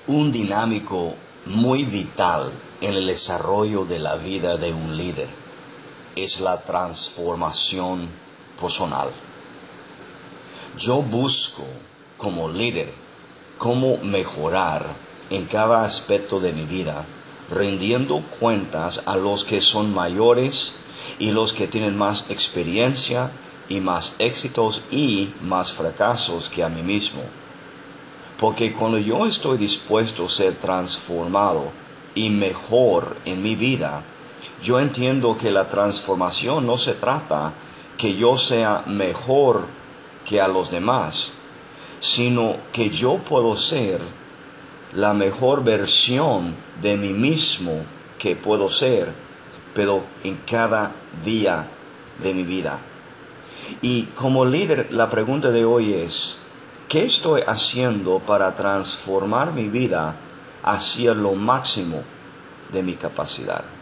Un dinámico muy vital en el desarrollo de la vida de un líder es la transformación personal. Yo busco como líder cómo mejorar en cada aspecto de mi vida, rindiendo cuentas a los que son mayores y los que tienen más experiencia y más éxitos y más fracasos que a mí mismo. Porque cuando yo estoy dispuesto a ser transformado y mejor en mi vida, yo entiendo que la transformación no se trata que yo sea mejor que a los demás, sino que yo puedo ser la mejor versión de mí mismo que puedo ser, pero en cada día de mi vida. Y como líder, la pregunta de hoy es, ¿qué estoy haciendo para transformar mi vida hacia lo máximo de mi capacidad?